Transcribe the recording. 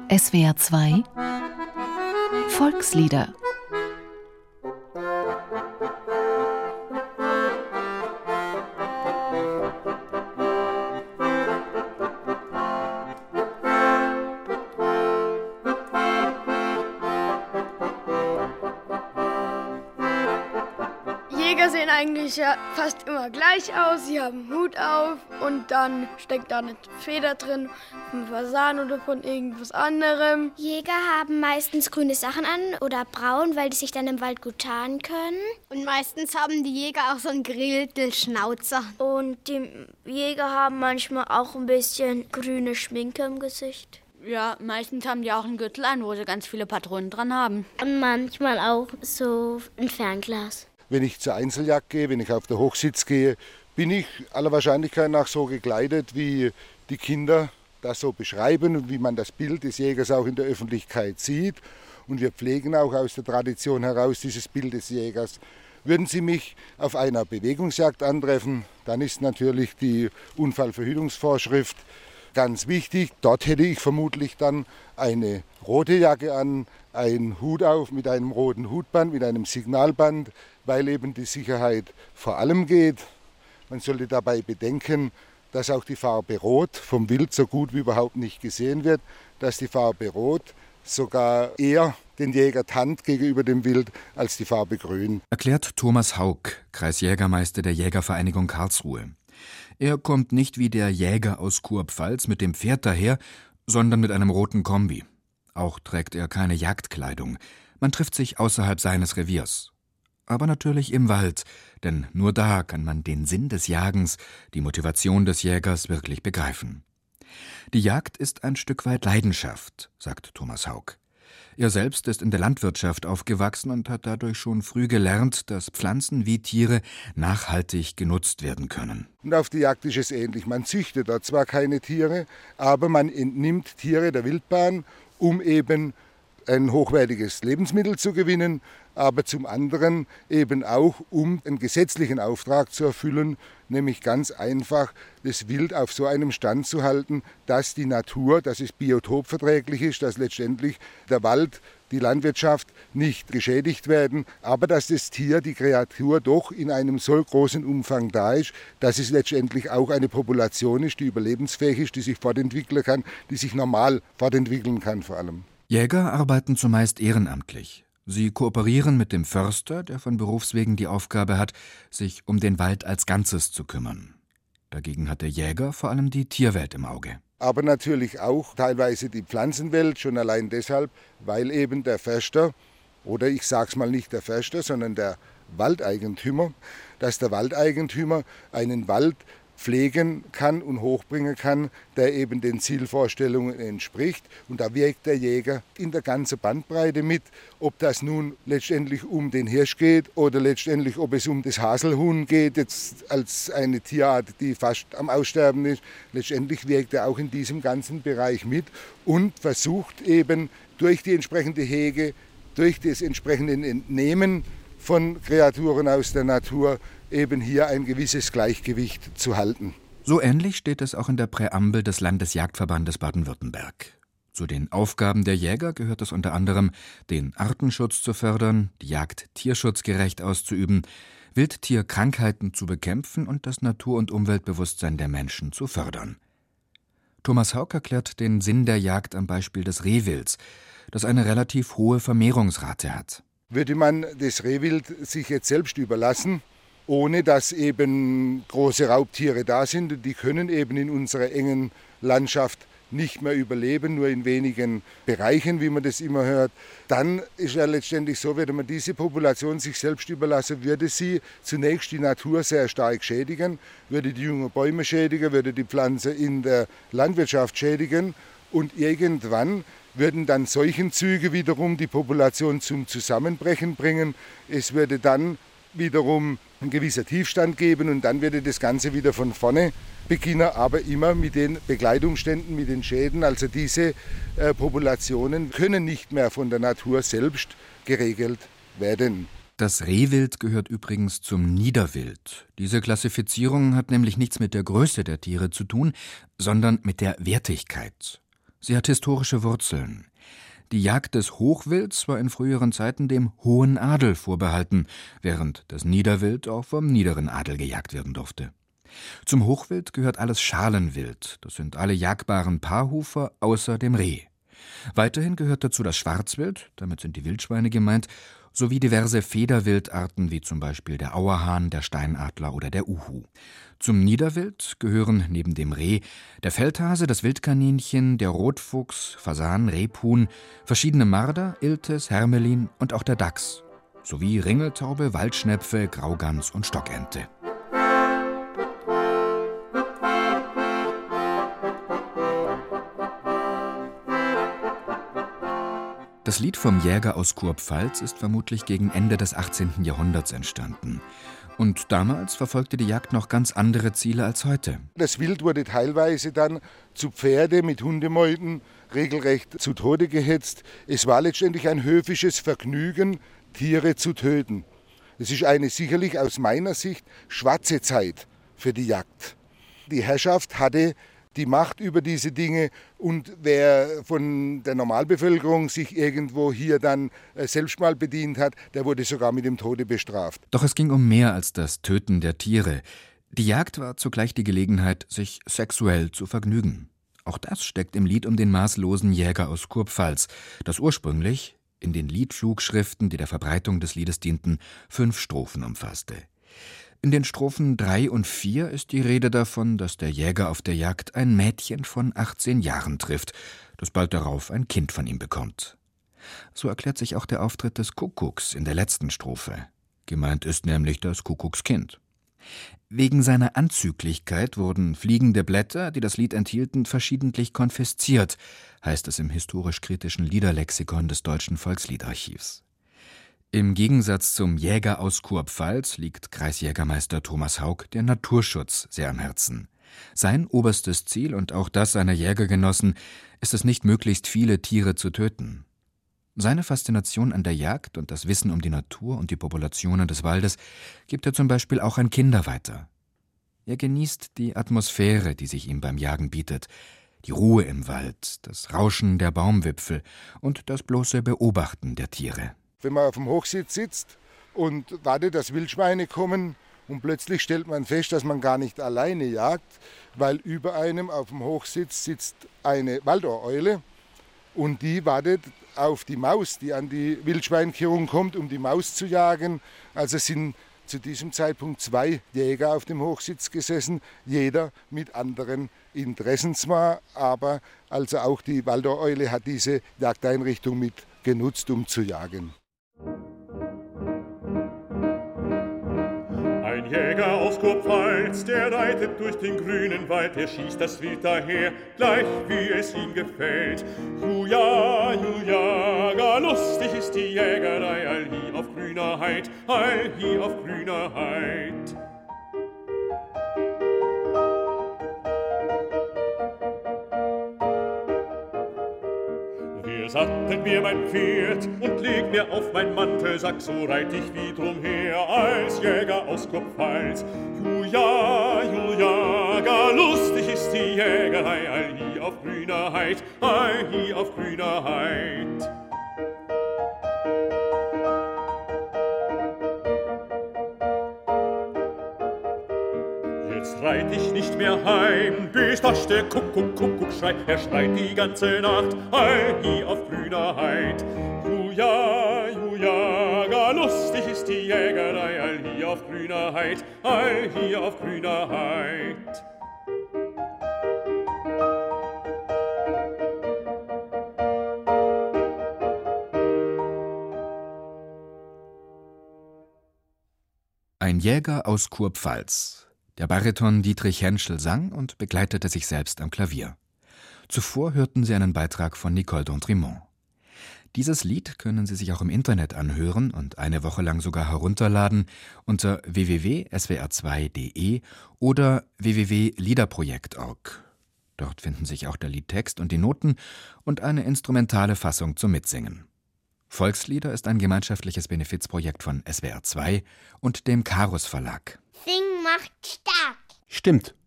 SWR 2 Volkslieder. Jäger sehen eigentlich ja fast immer gleich aus. Sie haben einen Hut auf und dann steckt da eine Feder drin, von Fasan oder von irgendwas anderem. Jäger haben meistens grüne Sachen an oder braun, weil die sich dann im Wald gut tarnen können. Und meistens haben die Jäger auch so einen gerillten Schnauzer. Und die Jäger haben manchmal auch ein bisschen grüne Schminke im Gesicht. Ja, meistens haben die auch einen Gürtel an, wo sie ganz viele Patronen dran haben. Und manchmal auch so ein Fernglas. Wenn ich zur Einzeljagd gehe, wenn ich auf der Hochsitz gehe, bin ich aller Wahrscheinlichkeit nach so gekleidet, wie die Kinder das so beschreiben und wie man das Bild des Jägers auch in der Öffentlichkeit sieht. Und wir pflegen auch aus der Tradition heraus dieses Bild des Jägers. Würden Sie mich auf einer Bewegungsjagd antreffen, dann ist natürlich die Unfallverhütungsvorschrift ganz wichtig. Dort hätte ich vermutlich dann eine rote Jacke an, einen Hut auf mit einem roten Hutband, mit einem Signalband, weil eben die Sicherheit vor allem geht. Man sollte dabei bedenken, dass auch die Farbe Rot vom Wild so gut wie überhaupt nicht gesehen wird, dass die Farbe Rot sogar eher den Jäger tarnt gegenüber dem Wild als die Farbe Grün. Erklärt Thomas Haug, Kreisjägermeister der Jägervereinigung Karlsruhe. Er kommt nicht wie der Jäger aus Kurpfalz mit dem Pferd daher, sondern mit einem roten Kombi. Auch trägt er keine Jagdkleidung. Man trifft sich außerhalb seines Reviers. Aber natürlich im Wald, denn nur da kann man den Sinn des Jagens, die Motivation des Jägers wirklich begreifen. Die Jagd ist ein Stück weit Leidenschaft, sagt Thomas Haug. Er selbst ist in der Landwirtschaft aufgewachsen und hat dadurch schon früh gelernt, dass Pflanzen wie Tiere nachhaltig genutzt werden können. Und auf der Jagd ist es ähnlich. Man züchtet dort zwar keine Tiere, aber man entnimmt Tiere der Wildbahn, um eben ein hochwertiges Lebensmittel zu gewinnen, aber zum anderen eben auch, um einen gesetzlichen Auftrag zu erfüllen, nämlich ganz einfach das Wild auf so einem Stand zu halten, dass die Natur, dass es biotopverträglich ist, dass letztendlich der Wald, die Landwirtschaft nicht geschädigt werden, aber dass das Tier, die Kreatur doch in einem so großen Umfang da ist, dass es letztendlich auch eine Population ist, die überlebensfähig ist, die sich fortentwickeln kann, die sich normal fortentwickeln kann vor allem. Jäger arbeiten zumeist ehrenamtlich. Sie kooperieren mit dem Förster, der von Berufswegen die Aufgabe hat, sich um den Wald als Ganzes zu kümmern. Dagegen hat der Jäger vor allem die Tierwelt im Auge. Aber natürlich auch teilweise die Pflanzenwelt, schon allein deshalb, weil eben der Förster, oder ich sag's mal nicht der Förster, sondern der Waldeigentümer, dass der Waldeigentümer einen Wald pflegen kann und hochbringen kann, der eben den Zielvorstellungen entspricht. Und da wirkt der Jäger in der ganzen Bandbreite mit, ob das nun letztendlich um den Hirsch geht oder letztendlich, ob es um das Haselhuhn geht, jetzt als eine Tierart, die fast am Aussterben ist. Letztendlich wirkt er auch in diesem ganzen Bereich mit und versucht eben durch die entsprechende Hege, durch das entsprechende Entnehmen von Kreaturen aus der Natur eben hier ein gewisses Gleichgewicht zu halten. So ähnlich steht es auch in der Präambel des Landesjagdverbandes Baden-Württemberg. Zu den Aufgaben der Jäger gehört es unter anderem, den Artenschutz zu fördern, die Jagd tierschutzgerecht auszuüben, Wildtierkrankheiten zu bekämpfen und das Natur- und Umweltbewusstsein der Menschen zu fördern. Thomas Haug erklärt den Sinn der Jagd am Beispiel des Rehwilds, das eine relativ hohe Vermehrungsrate hat. Würde man das Rehwild sich jetzt selbst überlassen, ohne dass eben große Raubtiere da sind, die können eben in unserer engen Landschaft nicht mehr überleben, nur in wenigen Bereichen, wie man das immer hört, dann ist ja letztendlich so, würde man diese Population sich selbst überlassen, würde sie zunächst die Natur sehr stark schädigen, würde die jungen Bäume schädigen, würde die Pflanze in der Landwirtschaft schädigen und irgendwann würden dann Seuchenzüge wiederum die Population zum Zusammenbrechen bringen. Es würde dann wiederum ein gewisser Tiefstand geben und dann würde das Ganze wieder von vorne beginnen, aber immer mit den Begleitumständen, mit den Schäden. Also diese Populationen können nicht mehr von der Natur selbst geregelt werden. Das Rehwild gehört übrigens zum Niederwild. Diese Klassifizierung hat nämlich nichts mit der Größe der Tiere zu tun, sondern mit der Wertigkeit. Sie hat historische Wurzeln. Die Jagd des Hochwilds war in früheren Zeiten dem hohen Adel vorbehalten, während das Niederwild auch vom niederen Adel gejagt werden durfte. Zum Hochwild gehört alles Schalenwild, das sind alle jagbaren Paarhufer außer dem Reh. Weiterhin gehört dazu das Schwarzwild, damit sind die Wildschweine gemeint, sowie diverse Federwildarten wie zum Beispiel der Auerhahn, der Steinadler oder der Uhu. Zum Niederwild gehören neben dem Reh der Feldhase, das Wildkaninchen, der Rotfuchs, Fasan, Rebhuhn, verschiedene Marder, Iltis, Hermelin und auch der Dachs, sowie Ringeltaube, Waldschnepfe, Graugans und Stockente. Das Lied vom Jäger aus Kurpfalz ist vermutlich gegen Ende des 18. Jahrhunderts entstanden. Und damals verfolgte die Jagd noch ganz andere Ziele als heute. Das Wild wurde teilweise dann zu Pferde mit Hundemeuten regelrecht zu Tode gehetzt. Es war letztendlich ein höfisches Vergnügen, Tiere zu töten. Es ist eine sicherlich aus meiner Sicht schwarze Zeit für die Jagd. Die Herrschaft hatte die Macht über diese Dinge und wer von der Normalbevölkerung sich irgendwo hier dann selbst mal bedient hat, der wurde sogar mit dem Tode bestraft. Doch es ging um mehr als das Töten der Tiere. Die Jagd war zugleich die Gelegenheit, sich sexuell zu vergnügen. Auch das steckt im Lied um den maßlosen Jäger aus Kurpfalz, das ursprünglich in den Liedflugschriften, die der Verbreitung des Liedes dienten, 5 Strophen umfasste. In den Strophen 3 und 4 ist die Rede davon, dass der Jäger auf der Jagd ein Mädchen von 18 Jahren trifft, das bald darauf ein Kind von ihm bekommt. So erklärt sich auch der Auftritt des Kuckucks in der letzten Strophe. Gemeint ist nämlich das Kuckuckskind. Wegen seiner Anzüglichkeit wurden fliegende Blätter, die das Lied enthielten, verschiedentlich konfisziert, heißt es im historisch-kritischen Liederlexikon des Deutschen Volksliedarchivs. Im Gegensatz zum Jäger aus Kurpfalz liegt Kreisjägermeister Thomas Haug der Naturschutz sehr am Herzen. Sein oberstes Ziel und auch das seiner Jägergenossen ist es nicht, möglichst viele Tiere zu töten. Seine Faszination an der Jagd und das Wissen um die Natur und die Populationen des Waldes gibt er zum Beispiel auch an Kinder weiter. Er genießt die Atmosphäre, die sich ihm beim Jagen bietet, die Ruhe im Wald, das Rauschen der Baumwipfel und das bloße Beobachten der Tiere. Wenn man auf dem Hochsitz sitzt und wartet, dass Wildschweine kommen und plötzlich stellt man fest, dass man gar nicht alleine jagt, weil über einem auf dem Hochsitz sitzt eine Waldohreule und die wartet auf die Maus, die an die Wildschweinkehrung kommt, um die Maus zu jagen. Also sind zu diesem Zeitpunkt 2 Jäger auf dem Hochsitz gesessen, jeder mit anderen Interessen zwar, aber also auch die Waldohreule hat diese Jagdeinrichtung mit genutzt, um zu jagen. Ein Jäger aus Kurpfalz, der reitet durch den grünen Wald, der schießt das Wild daher, gleich wie es ihm gefällt. Juja, Juja, gar lustig ist die Jägerei, allhie auf grüner Heid, allhie auf grüner Heid. Sattel mir mein Pferd und leg mir auf mein Mantelsack, so reit ich wie drum her als Jäger aus Kurpfalz. Juja, Juja, gar lustig ist die Jägerei, allhie auf grüner Heid, allhie auf grüner Heid. Jetzt reit ich nicht mehr heim, bis das der Kuckuck schreit. Er schreit die ganze Nacht, allhie auf grüner Heid. Juja, Juja, gar lustig ist die Jägerei, allhie auf grüner Heid, allhie auf grüner Heid. Ein Jäger aus Kurpfalz. Der Bariton Dietrich Henschel sang und begleitete sich selbst am Klavier. Zuvor hörten Sie einen Beitrag von Nicole D'Entremont. Dieses Lied können Sie sich auch im Internet anhören und eine Woche lang sogar herunterladen unter www.swr2.de oder www.liederprojekt.org. Dort finden sich auch der Liedtext und die Noten und eine instrumentale Fassung zum Mitsingen. Volkslieder ist ein gemeinschaftliches Benefizprojekt von SWR2 und dem Karus Verlag. Singen macht stark. Stimmt.